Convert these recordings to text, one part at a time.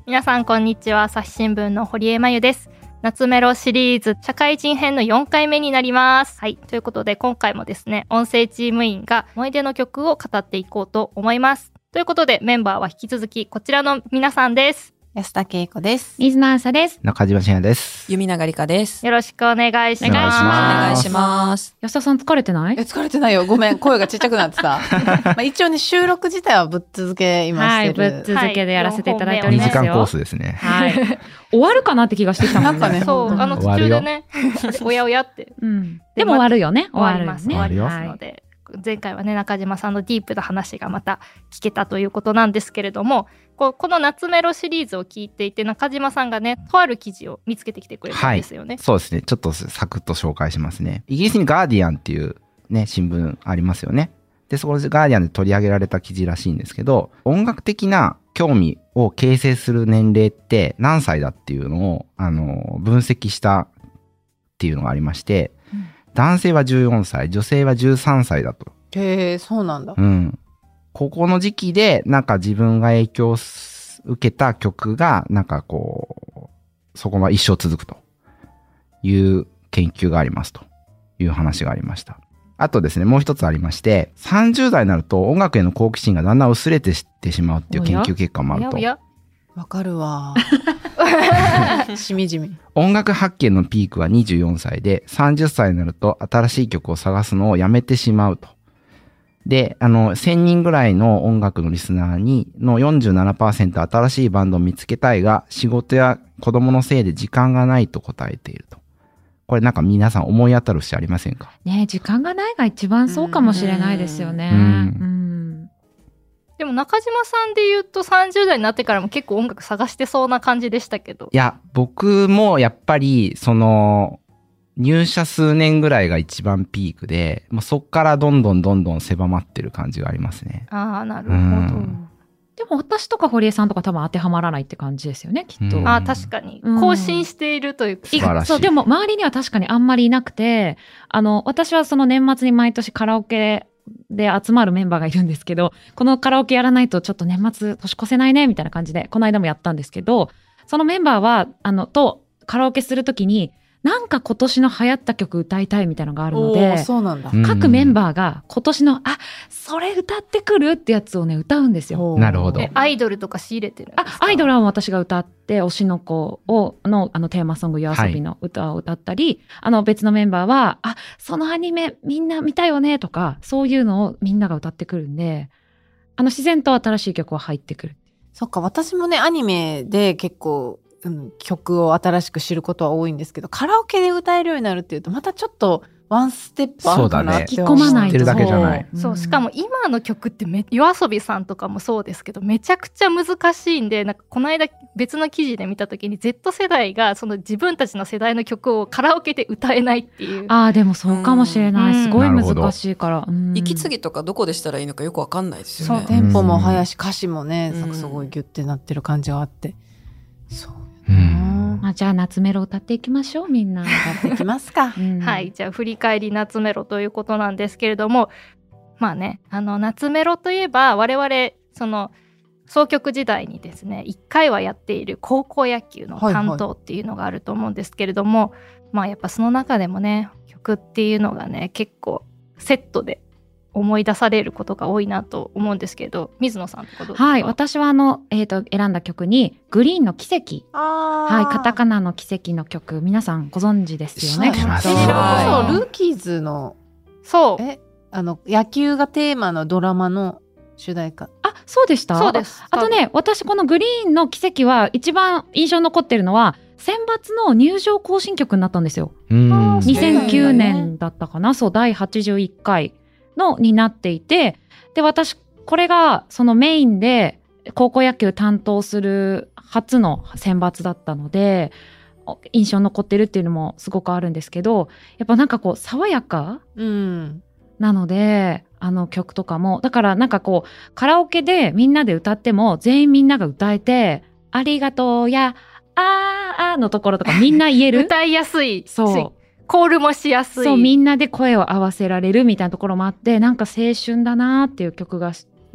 皆さんこんにちは。朝日新聞の堀江真由です。夏メロシリーズ社会人編の4回目になります。はい、ということで今回もですね、音声チーム員が思い出の曲を語っていこうと思います。ということでメンバーは引き続きこちらの皆さんです。 安田恵子です。 水野あさです。 中島真也です。 弓永理香です。 よろしくお願いします。 お願いします。 お願いします。 安田さん疲れてない？ 疲れてないよ。ごめん。声がちっちゃくなってた。まあ一応ね、収録自体はぶっ続け今してる。 はい、ぶっ続けでやらせていただいており 2 ますよ。 時間コースですね。 はい。終わるかなって気がしてきたもんね。 なんかね、 そう、途中でね、おやおやって。 うん。でも終わるよね。 終わります。終わりよますので。前回はね、中島さんのディープな話がまた聞けたということなんですけれども、この夏メロシリーズを聞いていて、中島さんがね、とある記事を見つけてきてくれたんですよね。 はい、そうですね。ちょっとサクッと紹介しますね。イギリスにガーディアンっていうね、新聞ありますよね。で、そこでガーディアンで取り上げられた記事らしいんですけど、音楽的な興味を形成する年齢って何歳だっていうのを、分析したっていうのがありまして、男性は14歳、女性は13歳だと。 へえ、そうなんだ。 うん。ここの時期で、なんか自分が影響を受けた曲が、なんかこう、そこは一生続くという研究がありますという話がありました。あとですね、もう一つありまして、30代になると音楽への好奇心がだんだん薄れてしてしまうっていう研究結果もあると。 わかるわ。しみじみ。 音楽発見のピークは24歳で、30歳になると新しい曲を探すのをやめてしまうと。で、1000人ぐらいの音楽のリスナーの 47% 新しいバンドを見つけたいが、仕事や子供のせいで時間がないと答えていると。これなんか皆さん思い当たる節ありませんか？ ねえ、時間がないが一番そうかもしれないですよね。 でも中島さんで言うと30代になってからも結構音楽探してそうな感じでしたけど。 いや、僕もやっぱり、入社数年ぐらいが一番ピークで、もうそっからどんどん狭まってる感じがありますね。 ああ、なるほど。 でも私とか堀江さんとか多分当てはまらないって感じですよね、きっと。 ああ、確かに。更新しているというか。 素晴らしい。 そう、でも周りには確かにあんまりいなくて、私はその年末に毎年カラオケで集まるメンバーがいるんですけど、このカラオケやらないとちょっと年末年越せないねみたいな感じでこの間もやったんですけど、そのメンバーはとカラオケするときになんか今年の流行った曲歌いたいみたいなのがあるので、 そうなんだ。 各メンバーが今年のそれ歌ってくるってやつをね歌うんですよ。 なるほど。 アイドルとか仕入れてるんですか？ アイドルは私が歌って推しの子のテーマソング夜遊びの歌を歌ったり、別のメンバーはそのアニメみんな見たよねとか、そういうのをみんなが歌ってくるんで、自然と新しい曲は入ってくる。 そっか、私もねアニメで結構曲を新しく知ることは多いんですけど、カラオケで歌えるようになるっていうとまたちょっとワンステップあるかなって思う。 そうだね。 知ってるだけじゃない。 そう、しかも今の曲って夜遊びさんとかもそうですけど、めちゃくちゃ難しいんで、なんかこの間別の記事で見た時に Z 世代がその自分たちの世代の曲をカラオケで歌えないっていう。 でもそうかもしれない。すごい難しいから。 息継ぎとかどこでしたらいいのかよくわかんないですよね。 そう、テンポも速いし歌詞もね、すごいギュッてなってる感じがあって。そう。 じゃあ夏メロ歌っていきましょう、みんな。 歌っていきますか。 はい、じゃあ振り返り夏メロということなんですけれども、まあね、夏メロといえば我々その総局時代にですね、1回はやっている高校野球の担当っていうのがあると思うんですけれども、まあやっぱその中でもね、曲っていうのがね結構セットで思い出されることが多いなと思うんですけど、水野さんとかどうですか？ はい、私は選んだ曲にグリーンの奇跡、カタカナの奇跡の曲、皆さんご存知ですよね。 そう、ルーキーズの野球がテーマのドラマの主題歌。 そうでした。 そうです。 あとね、私このグリーンの奇跡は一番印象に残ってるのは選抜の入場行進曲になったんですよ。2009年だったかな。そう、第81回になっていて、で私これがそのメインで高校野球担当する初の選抜だったので印象に残ってるっていうのもすごくあるんですけど、やっぱなんかこう爽やか、なので曲とかもだからなんかこうカラオケでみんなで歌っても全員みんなが歌えて、ありがとうやのところとかみんな言える歌いやすい。 そうコールもしやすい。 そう、みんなで声を合わせられるみたいなところもあって、なんか青春だなっていう曲が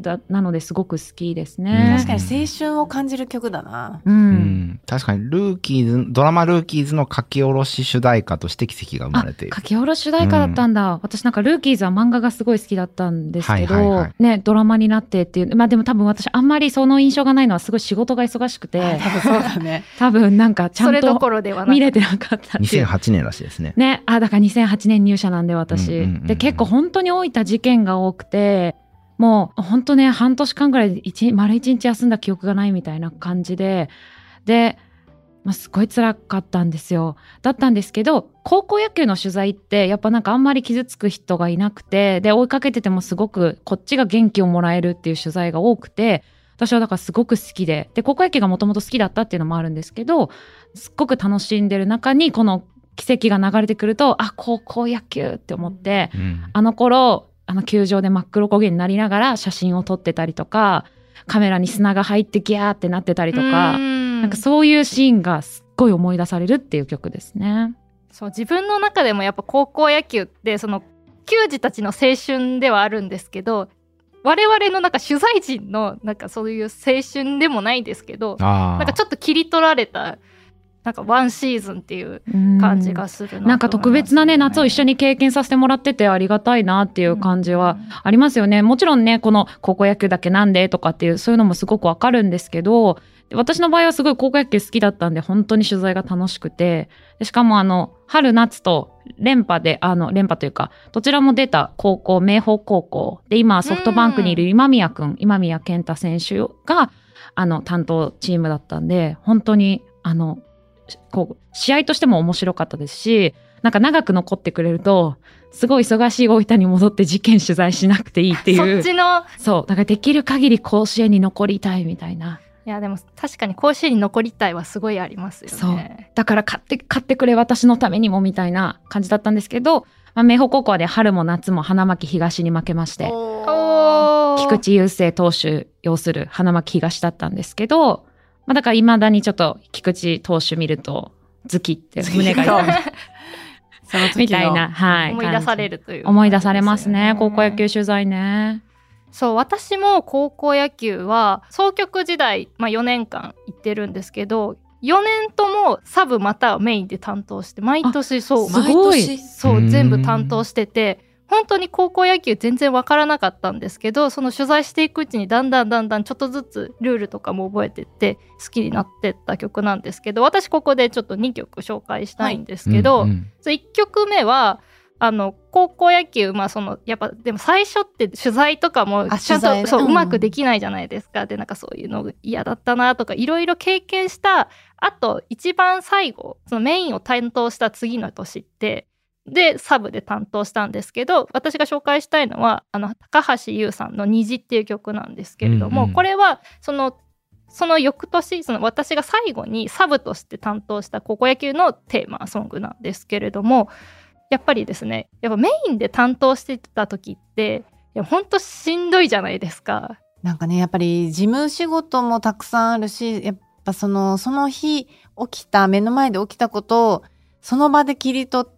なのですごく好きですね。 確かに青春を感じる曲だな。 確かにドラマルーキーズの書き下ろし主題歌として奇跡が生まれている。 書き下ろし主題歌だったんだ。私なんかルーキーズは漫画がすごい好きだったんですけど、ね、ドラマになってっていう。まあでも多分私あんまりその印象がないのはすごい仕事が忙しくて。 多分そうだね。 多分なんかちゃんと見れてなかったっていう。 2008年らしいですね。 ね、だから2008年入社なんで私。で、結構本当に大分事件が多くて、もう本当ね、半年間ぐらい丸1日休んだ記憶がないみたいな感じで、すごい辛かったんですよ。だったんですけど、高校野球の取材ってやっぱなんかあんまり傷つく人がいなくて、で追いかけててもすごくこっちが元気をもらえるっていう取材が多くて、私はだからすごく好きで、高校野球がもともと好きだったっていうのもあるんですけど、すっごく楽しんでる中にこの奇跡が流れてくると、高校野球って思って、あの頃球場で真っ黒焦げになりながら写真を撮ってたりとか、カメラに砂が入ってギャーってなってたりとか、なんかそういうシーンがすっごい思い出されるっていう曲ですね。 そう、自分の中でもやっぱ高校野球ってその球児たちの青春ではあるんですけど、我々のなんか取材陣のなんかそういう青春でもないんですけど、なんかちょっと切り取られたなんかワンシーズンっていう感じがするな、 なんか特別なね、夏を一緒に経験させてもらっててありがたいなっていう感じはありますよね。もちろんね、この高校野球だけなんでとかっていうそういうのもすごくわかるんですけど、私の場合はすごい高校野球好きだったんで本当に取材が楽しくて、しかも春夏と連覇で連覇というかどちらも出た高校、明豊高校で、今ソフトバンクにいる今宮健太選手が担当チームだったんで、本当にこう試合としても面白かったですし、なんか長く残ってくれるとすごい忙しい大分に戻って事件取材しなくていいっていう、そうだからできる限り甲子園に残りたいみたいな。 いやでも確かに甲子園に残りたいはすごいありますよね。 そうだから買ってくれ私のためにもみたいな感じだったんですけど、明豊高校で春も夏も花巻東に負けまして、菊池雄星投手擁する花巻東だったんですけど、だから未だにちょっと菊池投手見るとズキって胸が痛いみたいな、 思い出されるという、 思い出されますね、高校野球取材ね。 そう、私も高校野球は総局時代、4年間行ってるんですけど、4年ともサブまたはメインで担当して、毎年そうすごいそう全部担当してて、本当に高校野球全然わからなかったんですけど、その取材していくうちにだんだんちょっとずつルールとかも覚えてって好きになってった曲なんですけど、私ここでちょっと2曲紹介したいんですけど、1曲目は高校野球、やっぱでも最初って取材とかもちゃんとうまくできないじゃないですか。でなんかそういうの嫌だったなとかいろいろ経験したあと、一番最後そのメインを担当した次の年ってでサブで担当したんですけど、私が紹介したいのは高橋優さんの虹っていう曲なんですけれども、これはその翌年私が最後にサブとして担当した高校野球のテーマソングなんですけれども、やっぱりですね、やっぱメインで担当してた時ってほんとしんどいじゃないですか。 なんかね、やっぱり事務仕事もたくさんあるし、やっぱその日目の前で起きたことをその場で切り取って、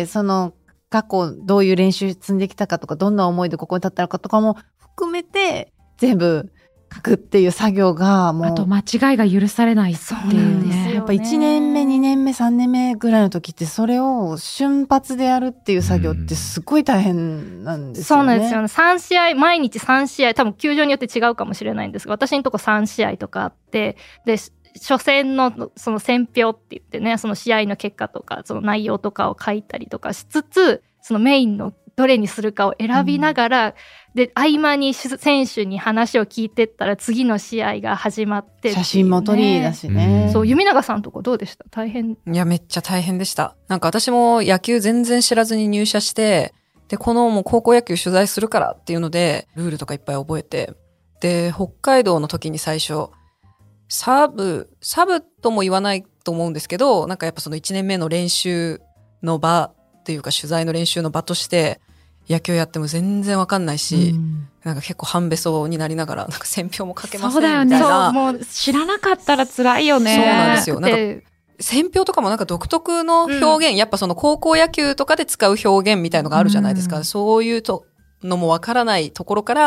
その過去どういう練習積んできたかとか、どんな思いでここに立ったのかとかも含めて全部書くっていう作業がもう、 あと間違いが許されないっていうね。 やっぱ1年目2年目3年目ぐらいの時ってそれを瞬発でやるっていう作業ってすごい大変なんですよね。 そうなんですよね。3試合毎日3試合、多分球場によって違うかもしれないんですが、私のとこ3試合とかあって、で初戦のその選評って言ってね、その試合の結果とかその内容とかを書いたりとかしつつ、そのメインのどれにするかを選びながら、で合間に選手に話を聞いてったら次の試合が始まって、ね、 写真も撮りだしね。 そう、弓永さんとこどうでした？大変？ いや、めっちゃ大変でした。なんか私も野球全然知らずに入社して、でもう高校野球取材するからっていうのでルールとかいっぱい覚えて、で北海道の時に最初サブとも言わないと思うんですけど、なんかやっぱその1年目の練習の場っていうか取材の練習の場として野球やっても全然わかんないし、なんか結構半べそになりながらなんか選評も書けませんみたいな。 そうだよね。もう知らなかったら辛いよね。 そうなんですよ。なんか選評とかもなんか独特の表現、やっぱその高校野球とかで使う表現みたいのがあるじゃないですか。そういうのもわからないところから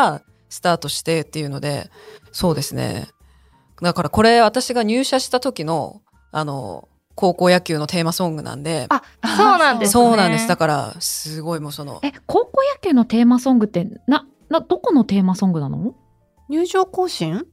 スタートしてっていうので、そうですね。だからこれ私が入社した時の、高校野球のテーマソングなんで。 あ、そうなんですね。 そうなんです。だから、すごいもう高校野球のテーマソングって、どこのテーマソングなの？ 入場行進？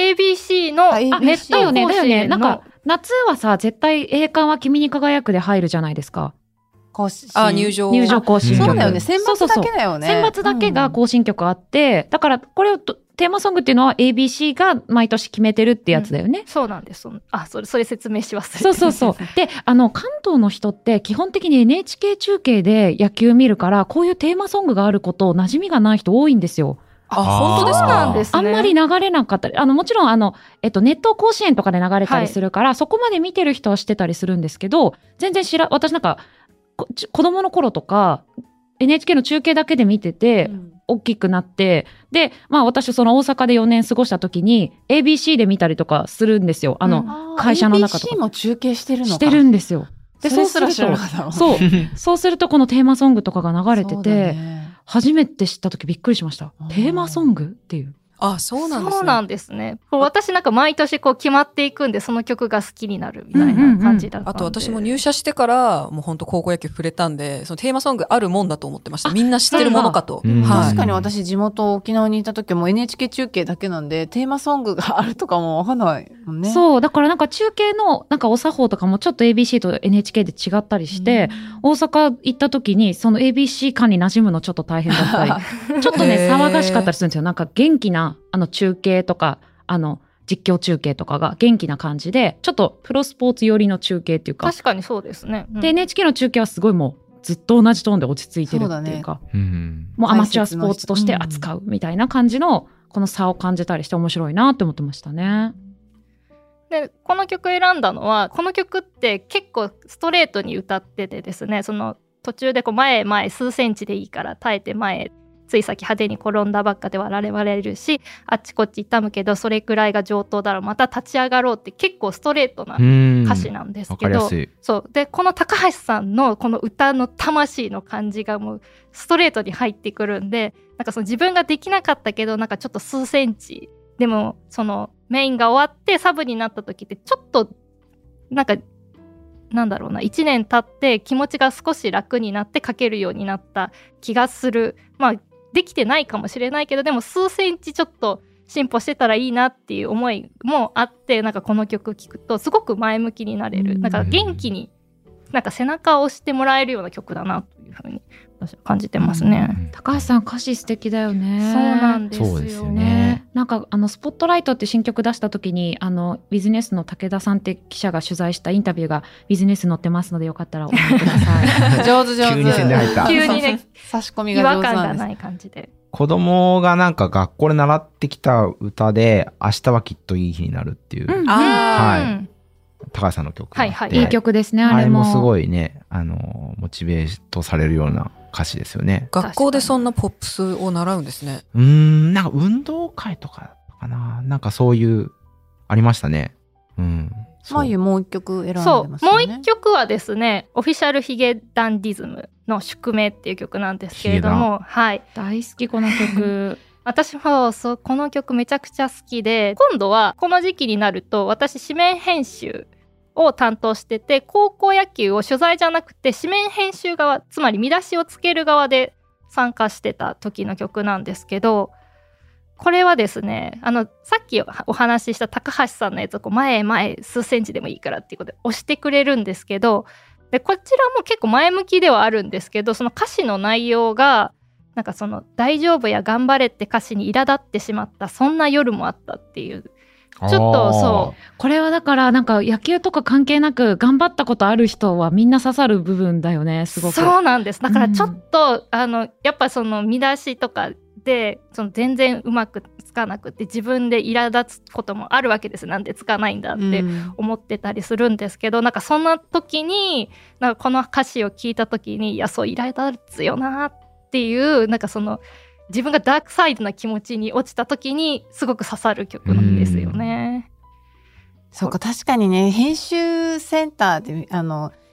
ABC の熱帯よね。だよね。なんか、夏はさ、絶対栄冠は君に輝くで入るじゃないですか。 行進。 入場行進曲。 そうだよね。選抜だけだよね。 選抜だけが行進曲あって、だからこれをテーマソングっていうのは ABC が毎年決めてるってやつだよね。 そうなんです。それ説明し忘れて。 そう。で、関東の人って基本的に NHK 中継で野球見るから、こういうテーマソングがあること馴染みがない人多いんですよ。 本当ですか？ そうなんですね。 あんまり流れなかったり、もちろん熱湯甲子園とかで流れたりするから、そこまで見てる人はしてたりするんですけど、全然私なんか、子供の頃とか、NHK の中継だけで見てて、大きくなって、で、私その大阪で4年過ごした時に、ABC で見たりとかするんですよ。会社の中とか。 ABC も中継してるのか。 してるんですよ。で、そうすると、 そうするとこのテーマソングとかが流れてて、初めて知った時びっくりしました。テーマソングっていう。 そうなんですね。 そうなんですね。私なんか毎年決まっていくんで、その曲が好きになるみたいな感じだったんで。 あと私も入社してから、もう本当高校野球触れたんで、そのテーマソングあるもんだと思ってました。みんな知ってるものかと。 確かに私地元沖縄にいた時も NHK 中継だけなんで、テーマソングがあるとかもわかんないもんね。 そう、だからなんか中継のなんかお作法とかもちょっと ABC と NHK で違ったりして、大阪行った時にその ABC 間に馴染むのちょっと大変だったり、ちょっとね、騒がしかったりするんですよ。なんか元気な中継とか、実況中継とかが元気な感じで、ちょっとプロスポーツ寄りの中継っていうか。 確かにそうですね。 で、NHK の中継はすごいもうずっと同じトーンで落ち着いてるっていうか、もうアマチュアスポーツとして扱うみたいな感じの、この差を感じたりして面白いなって思ってましたね。 で、この曲選んだのは、この曲って結構ストレートに歌っててですね、その途中で前数センチでいいから耐えて前、つい先派手に転んだばっかで笑われるし、あっちこっち痛むけどそれくらいが上等だろう、また立ち上がろうって結構ストレートな歌詞なんですけど、そうでこの高橋さんのこの歌の魂の感じがもうストレートに入ってくるんで、なんかその自分ができなかったけどなんかちょっと数センチでもそのメインが終わってサブになった時ってちょっとなんかなんだろうな、1年経って気持ちが少し楽になって書けるようになった気がする。まあできてないかもしれないけど、でも数センチちょっと進歩してたらいいなっていう思いもあって、なんかこの曲聴くとすごく前向きになれる、なんか元気になんか背中を押してもらえるような曲だなというふうに私は感じてますね。 高橋さん歌詞素敵だよね。 そうなんですよね。 そうですよね。 なんかスポットライトって新曲出した時にビジネスの武田さんって記者が取材したインタビューがビジネス載ってますのでよかったらお読みください。 上手。 急に宣伝入った。 急にね差し込み違が上手和感なんです。 がない感じで。 子供がなんか学校で習ってきた歌で明日はきっといい日になるっていう、はい高橋さんの曲があって、 はいいい曲ですね。 あれあれももすごいねモチベートされるような歌詞ですよね。 学校でそんなポップスを習うんですね。 なんか運動会とかかな、なんかそういうありましたね。 まゆもう一曲選んでますそよね。 うもう一曲はですね、オフィシャルヒゲダンディズムの宿命っていう曲なんですけれども、はい、 大好きこの曲。 私もこの曲めちゃくちゃ好きで、今度はこの時期になると私紙面編集を担当してて、高校野球を取材じゃなくて紙面編集側、つまり見出しをつける側で参加してた時の曲なんですけど、これはですね、さっきお話しした高橋さんのやつを前数センチでもいいからっていうことで押してくれるんですけど、でこちらも結構前向きではあるんですけど、その歌詞の内容がなんかその大丈夫や頑張れって歌詞に苛立ってしまった、そんな夜もあったっていう、ちょっとそうこれはだからなんか野球とか関係なく頑張ったことある人はみんな刺さる部分だよね。すごくそうなんです。だからちょっと、やっぱその見出しとかでその全然うまくつかなくて自分で苛立つこともあるわけです。なんでつかないんだって思ってたりするんですけど、なんかそんな時になんかこの歌詞を聞いた時に、いやそう苛立つよなっていう、なんかその自分がダークサイドな気持ちに落ちた時にすごく刺さる曲なんですよね。 そうか、確かにね、編集センターで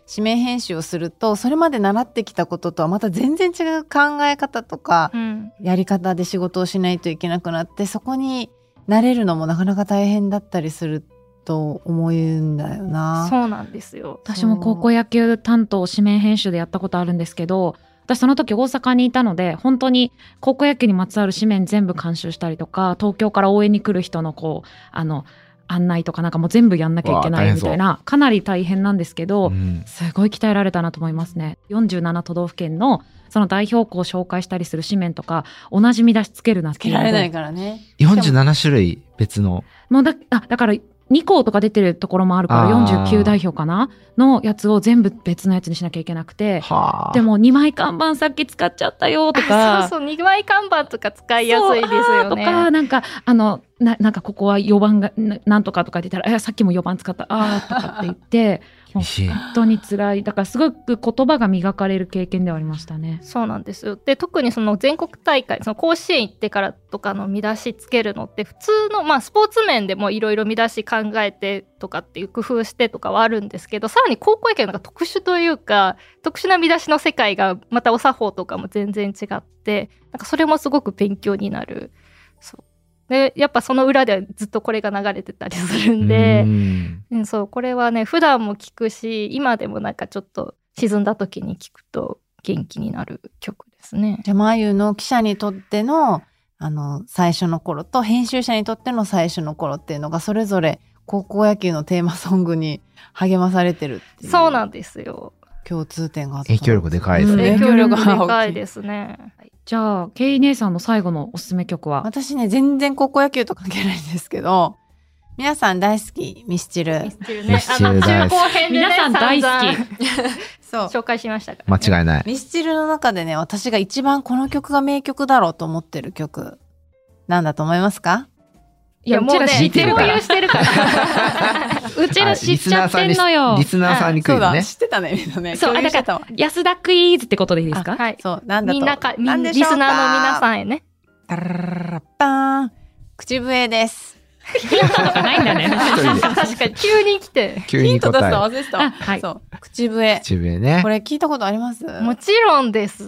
紙面編集をするとそれまで習ってきたこととはまた全然違う考え方とか、やり方で仕事をしないといけなくなって、そこに慣れるのもなかなか大変だったりすると思うんだよな。 そうなんですよ。 私も高校野球担当紙面編集でやったことあるんですけど、私その時大阪にいたので本当に高校野球にまつわる紙面全部監修したりとか、東京から応援に来る人のこう案内とかなんかもう全部やんなきゃいけないみたいな、かなり大変なんですけど、すごい鍛えられたなと思いますね。47都道府県のその代表校を紹介したりする紙面とか同じ見出しつけるなっていうので、 つけられないからね。 47種類別の。 もうだから2校とか出てるところもあるから49代表かなのやつを全部別のやつにしなきゃいけなくて、でも2枚看板さっき使っちゃったよとか、 そう2枚看板とか使いやすいですよね。 とかなんかなんかここは4番がなんとかとかって言ったらさっきも4番使ったとかって言って本当に辛い。だからすごく言葉が磨かれる経験ではありましたね。 そうなんですよ。で特にその全国大会、その甲子園行ってからとかの見出しつけるのって普通の、スポーツ面でもいろいろ見出し考えてとかっていう工夫してとかはあるんですけど、さらに高校野球の特殊というか特殊な見出しの世界がまたお作法とかも全然違って、なんかそれもすごく勉強になる。そうでやっぱその裏ではずっとこれが流れてたりするんで、そうこれはね普段も聞くし、今でもなんかちょっと沈んだ時に聞くと元気になる曲ですね。 じゃあまゆの記者にとっての最初の頃と編集者にとっての最初の頃っていうのがそれぞれ高校野球のテーマソングに励まされてるっていう。 そうなんですよ。 共通点があった。 影響力でかいですね。 影響力でかいですね。 じゃあケイ姉さんの最後のおすすめ曲は？ 私ね全然高校野球と関係ないんですけど、皆さん大好きミスチル。 ミスチルね。中高編でね皆さん大好きそう紹介しましたから、ね、 間違いない。 ミスチルの中でね、私が一番この曲が名曲だろうと思ってる曲なんだと思いますか？ いや、 もうね、 知ってるから。 共有してるから。 うちら知っちゃってんのよ。 リスナーさんにクイズね。 そうだ、知ってたね、みんなね。 そう、 共有してたわ。 安田クイズってことでいいですか？ はい。 そう、なんだと。 リスナーの皆さんへね。 タララララパーン。口笛です。 ヒントとかないんだね。 確かに、急に来て。 急に答え。 ヒント出すの忘れてたわ。 はい。 そう、口笛。 口笛ね。 これ聞いたことあります？ もちろんです。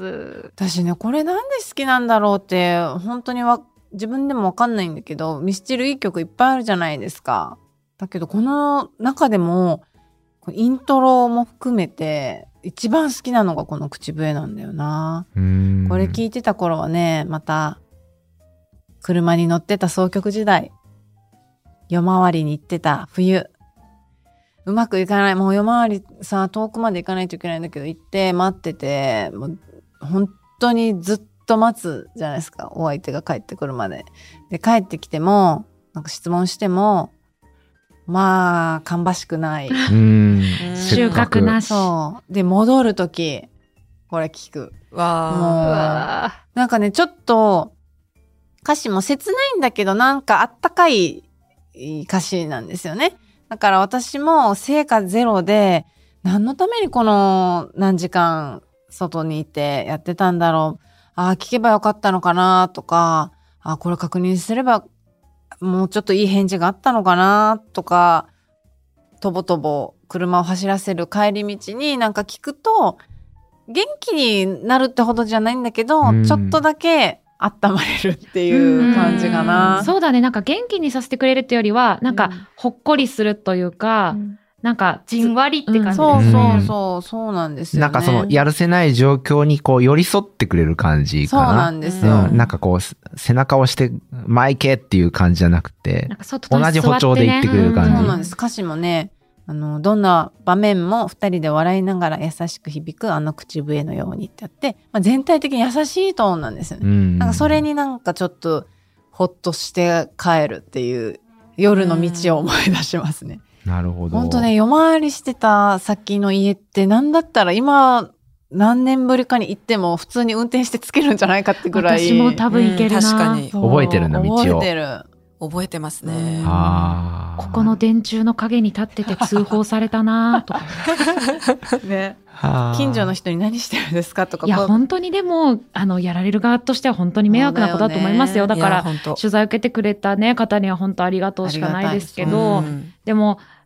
私ね、これなんで好きなんだろうって、本当に自分でもわかんないんだけど、ミスチルいい曲いっぱいあるじゃないですか。だけどこの中でもイントロも含めて一番好きなのがこの口笛なんだよな。これ聞いてた頃はね、また車に乗ってた双極時代、夜回りに行ってた冬、うまくいかない、もう夜回りさ遠くまで行かないといけないんだけど、行って待ってて、もう本当にずっと待つじゃないですか、お相手が帰ってくるまで。で帰ってきてもなんか質問してもまあ芳しくない。 収穫なし。 そうで戻る時これ聞く。 わー、なんかねちょっと歌詞も切ないんだけどなんかあったかい歌詞なんですよね。だから私も成果ゼロで何のためにこの何時間外にいてやってたんだろう、聞けばよかったのかなとか、これ確認すればもうちょっといい返事があったのかなとか、とぼとぼ車を走らせる帰り道になんか聞くと元気になるってほどじゃないんだけど、ちょっとだけ温まれるっていう感じかな。 そうだね、なんか元気にさせてくれるってよりはなんかほっこりするというか、なんかじんわりって感じですね。そうなんですよね。 なんかそのやるせない状況にこう寄り添ってくれる感じかな。 そうなんですよ。 なんかこう背中を押して前行けっていう感じじゃなくて、 なんか同じ歩調で言ってくれる感じ。 そうなんです。歌詞もね、どんな場面も二人で笑いながら優しく響く口笛のようにってあって、全体的に優しいトーンなんですよね。なんかそれになんかちょっとほっとして帰るっていう夜の道を思い出しますね。 なるほど。 本当ね、夜回りしてた先の家ってなんだったら今何年ぶりかに行っても普通に運転してつけるんじゃないかってぐらい。 私も多分行けるな。 確かに覚えてるんだ、道を。 覚えてる。 覚えてますね。 ここの電柱の陰に立ってて通報されたなとかね。近所の人に何してるんですかとか。 いや本当にでもやられる側としては本当に迷惑なことだと思いますよ。だから取材受けてくれた、ね、方には本当ありがとうしかないですけど、でも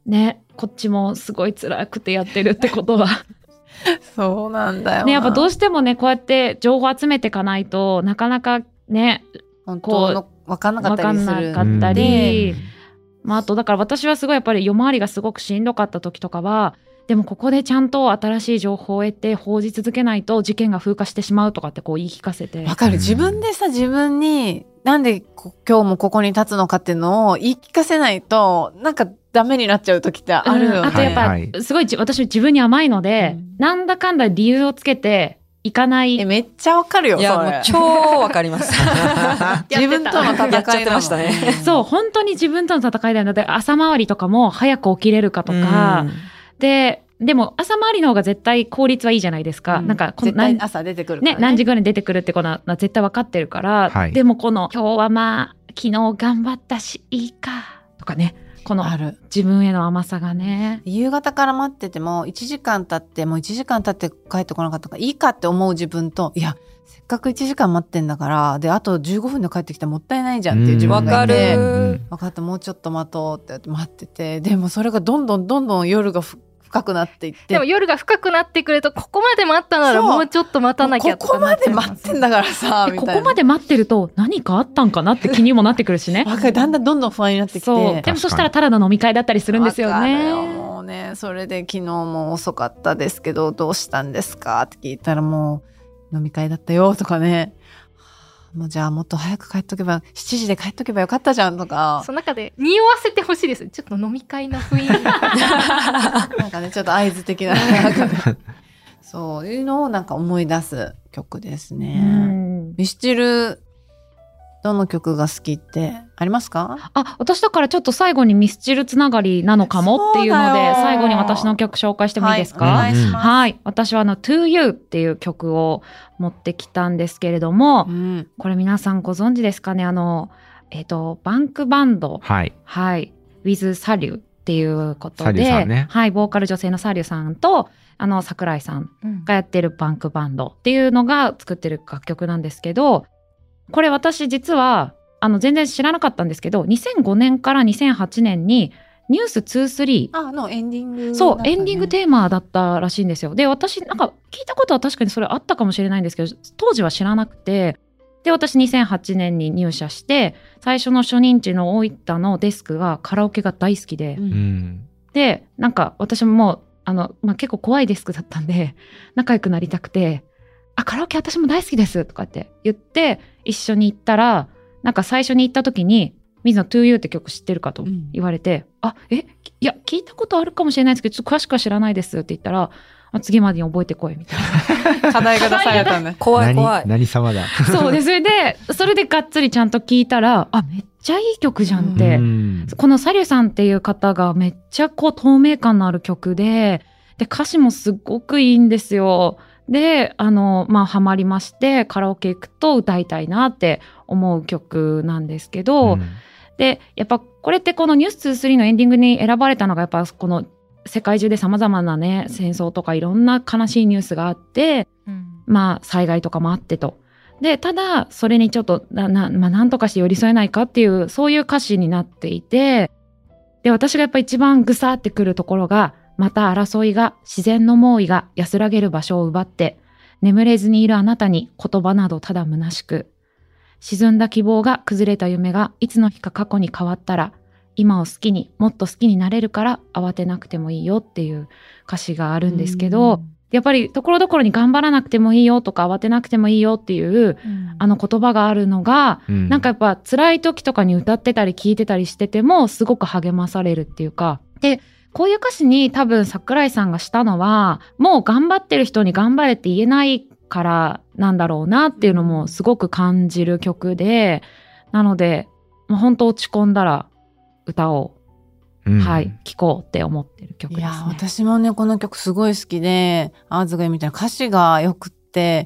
ね、こっちもすごい辛くてやってるってことはそうなんだよな。 ね、やっぱどうしてもね、こうやって情報集めていかないとなかなかね、 本当の分かんなかったりする。 分かんなかったり、まあ、あとだから私はすごいやっぱり夜回りがすごくしんどかった時とかは、でもここでちゃんと新しい情報を得て報じ続けないと事件が風化してしまうとかってこう言い聞かせて。 わかる。自分でさ、自分になんで今日もここに立つのかっていうのを言い聞かせないとなんかダメになっちゃう時ってあるよね。 あとやっぱ、 はいはい、 すごい私自分に甘いので、なんだかんだ理由をつけていかない。 めっちゃわかるよ。 いや、もう超わかります。 自分との戦いやっちゃってましたね。 そう、本当に自分との戦いだよね。朝回りとかも早く起きれるかとか、でも朝回りの方が絶対効率はいいじゃないですか。なんか絶対朝出てくるからね、何時ぐらいに出てくるってことは絶対分かってるから、 はい、 でもこの今日はまあ昨日頑張ったしいいかとかね、この自分への甘さがね。 夕方から待ってても1時間経ってもう1時間経って帰ってこなかったからいいかって思う自分と、いやせっかく1時間待ってんだからであと15分で帰ってきたらもったいないじゃんっていう自分がいて、分かったもうちょっと待とうって待ってて、でもそれがどんどん夜が深くなっていって、 でも夜が深くなってくるとここまで待ったならもうちょっと待たなきゃとかなっちゃいます。 ここまで待ってんだからさみたいな。 ここまで待ってると何かあったんかなって気にもなってくるしね。 わかる。だんだんどんどん不安になってきて、 でもそしたらただの飲み会だったりするんですよね。 もうね、それで昨日も遅かったですけどどうしたんですかって聞いたらもう飲み会だったよとかね、もうじゃあもっと早く帰っとけば7時で帰っとけばよかったじゃんとか、 その中で匂わせてほしいです。ちょっと飲み会の雰囲気なんかねちょっと合図的ななんか、ね、そういうのをなんか思い出す曲ですね。ミスチルどの曲が好きってありますか？ 私だからちょっと最後にミスチルつながりなのかもっていうので最後に私の曲紹介してもいいですか？ はい、お願いします。 はい、私はTo You っていう曲を持ってきたんですけれども、これ皆さんご存知ですかね。バンクバンド、 はい、 With サリュっていうことで、 ね、 はい、ボーカル女性のサリュさんと桜井さんがやってるバンクバンドっていうのが作ってる楽曲なんですけど、これ私実は全然知らなかったんですけど、2005年から2008年にニュース23 のエンディングだったね。 そうエンディングテーマだったらしいんですよ。で私なんか聞いたことは確かにそれあったかもしれないんですけど当時は知らなくて、で私2008年に入社して最初の初任地の大分のデスクがカラオケが大好きで、でなんか私も結構怖いデスクだったんで仲良くなりたくて、カラオケ私も大好きですとかって言って一緒に行ったら、なんか最初に行った時に水野 To You って曲知ってるかと言われて、いや聞いたことあるかもしれないですけどちょっと詳しくは知らないですって言ったら、次までに覚えてこいみたいな課題が出されたね。 怖い何様だ。 そうでそれでがっつりちゃんと聞いたらめっちゃいい曲じゃんって、このサリュさんっていう方がめっちゃ透明感のある曲で歌詞もすっごくいいんですよ。でハマりましてカラオケ行くと歌いたいなって思う曲なんですけど、でやっぱこれってこのニュース23のエンディングに選ばれたのがやっぱこの世界中で様々なね戦争とかいろんな悲しいニュースがあって、災害とかもあってと、でただそれにちょっとなんとかして寄り添えないかっていうそういう歌詞になっていて、で私がやっぱ一番ぐさってくるところが、また争いが自然の猛威が安らげる場所を奪って眠れずにいるあなたに言葉などただ虚しく、沈んだ希望が崩れた夢がいつの日か過去に変わったら今を好きにもっと好きになれるから慌てなくてもいいよっていう歌詞があるんですけど、やっぱりところどころに頑張らなくてもいいよとか慌てなくてもいいよっていう、言葉があるのが、なんかやっぱ辛い時とかに歌ってたり聞いてたりしててもすごく励まされるっていうか、でこういう歌詞に多分桜井さんがしたのはもう頑張ってる人に頑張れって言えないからなんだろうなっていうのもすごく感じる曲で、なので本当落ち込んだら歌を聴こうって思ってる曲ですね。いや私もねこの曲すごい好きで、アーズが言うみたいな歌詞がよくって、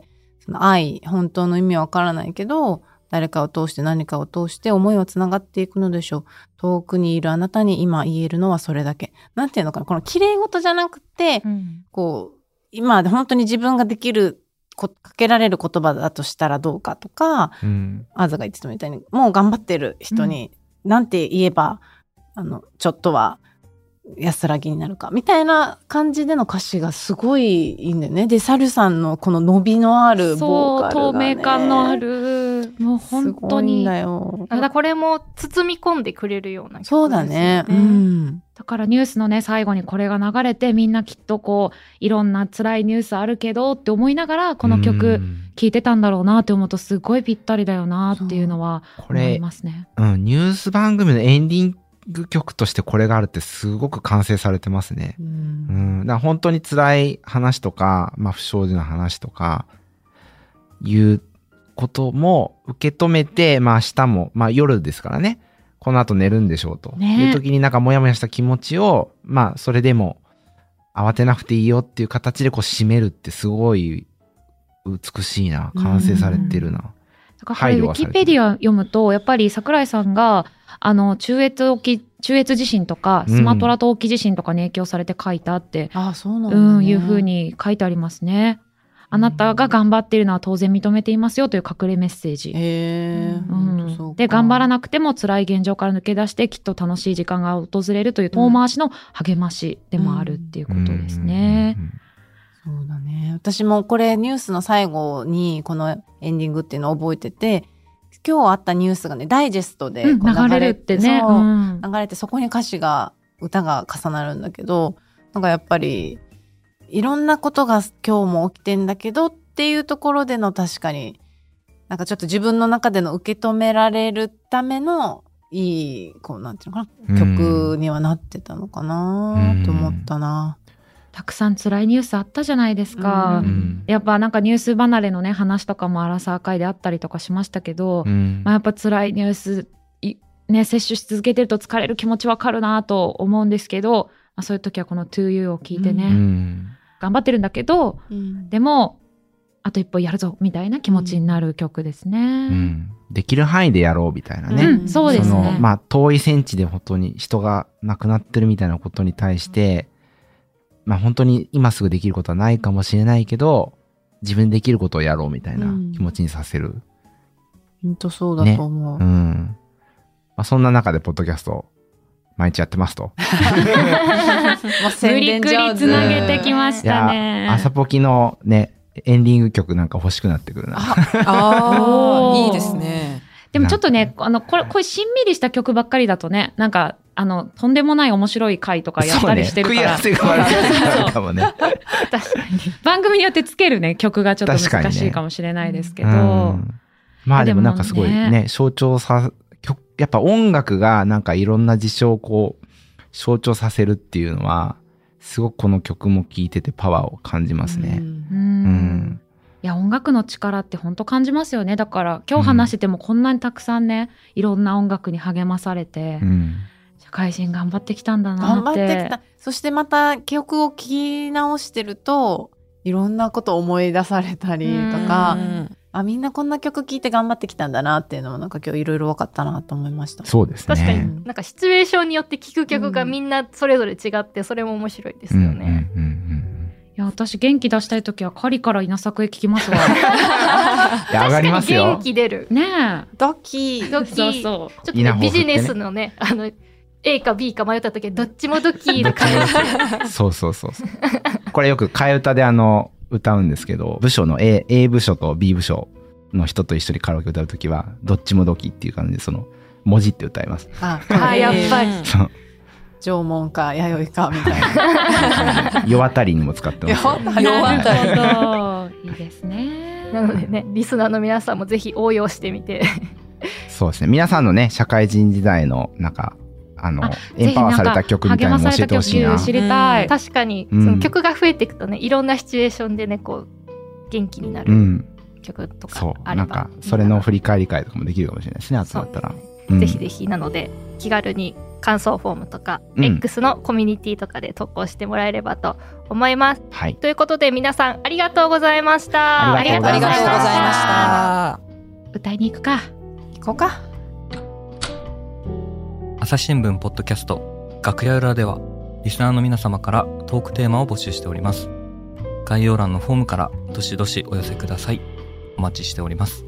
その愛、本当の意味はわからないけど誰かを通して何かを通して思いはつながっていくのでしょう。遠くにいるあなたに今言えるのはそれだけ。なんていうのかな、この綺麗事じゃなくて、こう今本当に自分ができるかけられる言葉だとしたらどうかとか、アーズが言ってたみたいにもう頑張ってる人になんて言えばちょっとは安らぎになるかみたいな感じでの歌詞がすごいいいんだよね。で、サルさんのこの伸びのあるボーカルが、ね、 透明感のある、もう本当に。 すごいんだよ。 だからこれも包み込んでくれるような曲ですよね。 そうだね。うん。 だからニュースのね、最後にこれが流れて、みんなきっとこう、いろんな辛いニュースあるけどって思いながら、この曲聴いてたんだろうなって思うと、すごいぴったりだよなっていうのは思いますね。 ニュース番組のエンディング曲としてこれがあるってすごく完成されてますね。だから本当に辛い話とか、まあ不祥事の話とか、いうことも受け止めて、まあ明日も、まあ夜ですからね。この後寝るんでしょうと、いう時になんかモヤモヤした気持ちを、まあそれでも慌てなくていいよっていう形でこう締めるってすごい美しいな、完成されてるな。 だからこれウィキペディア読むと、やっぱり桜井さんが中越地震とかスマトラ島沖地震とかに影響されて書いたって、 そうなんだね、 いうふうに書いてありますね。あなたが頑張っているのは当然認めていますよという隠れメッセージ。で、頑張らなくても辛い現状から抜け出してきっと楽しい時間が訪れるという遠回しの励ましでもあるっていうことですね。 そうだね。私もこれニュースの最後にこのエンディングっていうのを覚えてて、今日あったニュースがね、ダイジェストで流れるってね。 流れてそこに歌が重なるんだけど、なんかやっぱり、いろんなことが今日も起きてんだけどっていうところでの確かに、なんかちょっと自分の中での受け止められるためのいい、こうなんていうのかな、曲にはなってたのかなと思ったな。 たくさん辛いニュースあったじゃないですか。やっぱなんかニュース離れのね、話とかもアラサー会であったりとかしましたけど、まあ、やっぱ辛いニュース、ね、摂取し続けてると疲れる気持ちわかるなと思うんですけど、まあ、そういう時はこの To You を聞いてね、頑張ってるんだけど、でもあと一歩やるぞみたいな気持ちになる曲ですね。 できる範囲でやろうみたいなね。 そうですね。 まあ遠い戦地で本当に人が亡くなってるみたいなことに対して、まあ本当に今すぐできることはないかもしれないけど、自分でできることをやろうみたいな気持ちにさせる。 本当そうだと思う。 まあ、そんな中でポッドキャスト毎日やってますと。 無理くりつなげてきましたね。 朝ポキのね、エンディング曲なんか欲しくなってくるな。 いいですね。 でもちょっとね、これしんみりした曲ばっかりだとね、なんか、とんでもない面白い回とかやったりしてるから。 そうね、食い合わせが悪いかもね。 確かに。番組によってつけるね、曲がちょっと難しいかもしれないですけど。 まあでもなんかすごいね、やっぱ音楽がなんかいろんな事象をこう、象徴させるっていうのは、すごくこの曲も聴いててパワーを感じますね。 いや、音楽の力って本当感じますよね。だから今日話しててもこんなにたくさんね、いろんな音楽に励まされて、社会人頑張ってきたんだなって。 頑張ってきた。そしてまた記憶を聞き直してると、いろんなことを思い出されたりとか、みんなこんな曲聴いて頑張ってきたんだなっていうのもなんか今日いろいろ分かったなと思いました。 そうですね。 確かになんかシチュエーションによって聴く曲がみんなそれぞれ違って、それも面白いですよね。 いや、私元気出したいときはカリから稲作へ聞きますわ。 いや、上がりますよ。 元気出る。 ねえ。 ドキそうそう。ちょっとね、ビジネスのね、A か B か迷ったときどっちもドキの感じ。 そう。これよく替え歌で歌うんですけど、部署の A 部署と B 部署の人と一緒にカラオケ歌うときは、どっちもドキっていう感じで、その、文字って歌います。 やっぱり。 縄文か弥生かみたいな。 世渡りにも使ってます。 世渡り。いいですね。 なのでね、リスナーの皆さんもぜひ応用してみて。 そうですね。皆さんのね、社会人時代の、なんか、エンパワーされた曲みたいなのも教えてほしいな。 知りたい。 確かに、その曲が増えていくとね、いろんなシチュエーションでね、こう、元気になる曲とかあれば。 なんか、それの振り返り会とかもできるかもしれないですね、集まったら。 ぜひぜひ、なので、気軽に感想フォームとか、X のコミュニティとかで投稿してもらえればと思います。 はい。 ということで、皆さんありがとうございました。 ありがとうございました。 歌いに行くか。 行こうか。 朝日新聞ポッドキャスト楽屋裏ではリスナーの皆様からトークテーマを募集しております。概要欄のフォームからどしどしお寄せください。お待ちしております。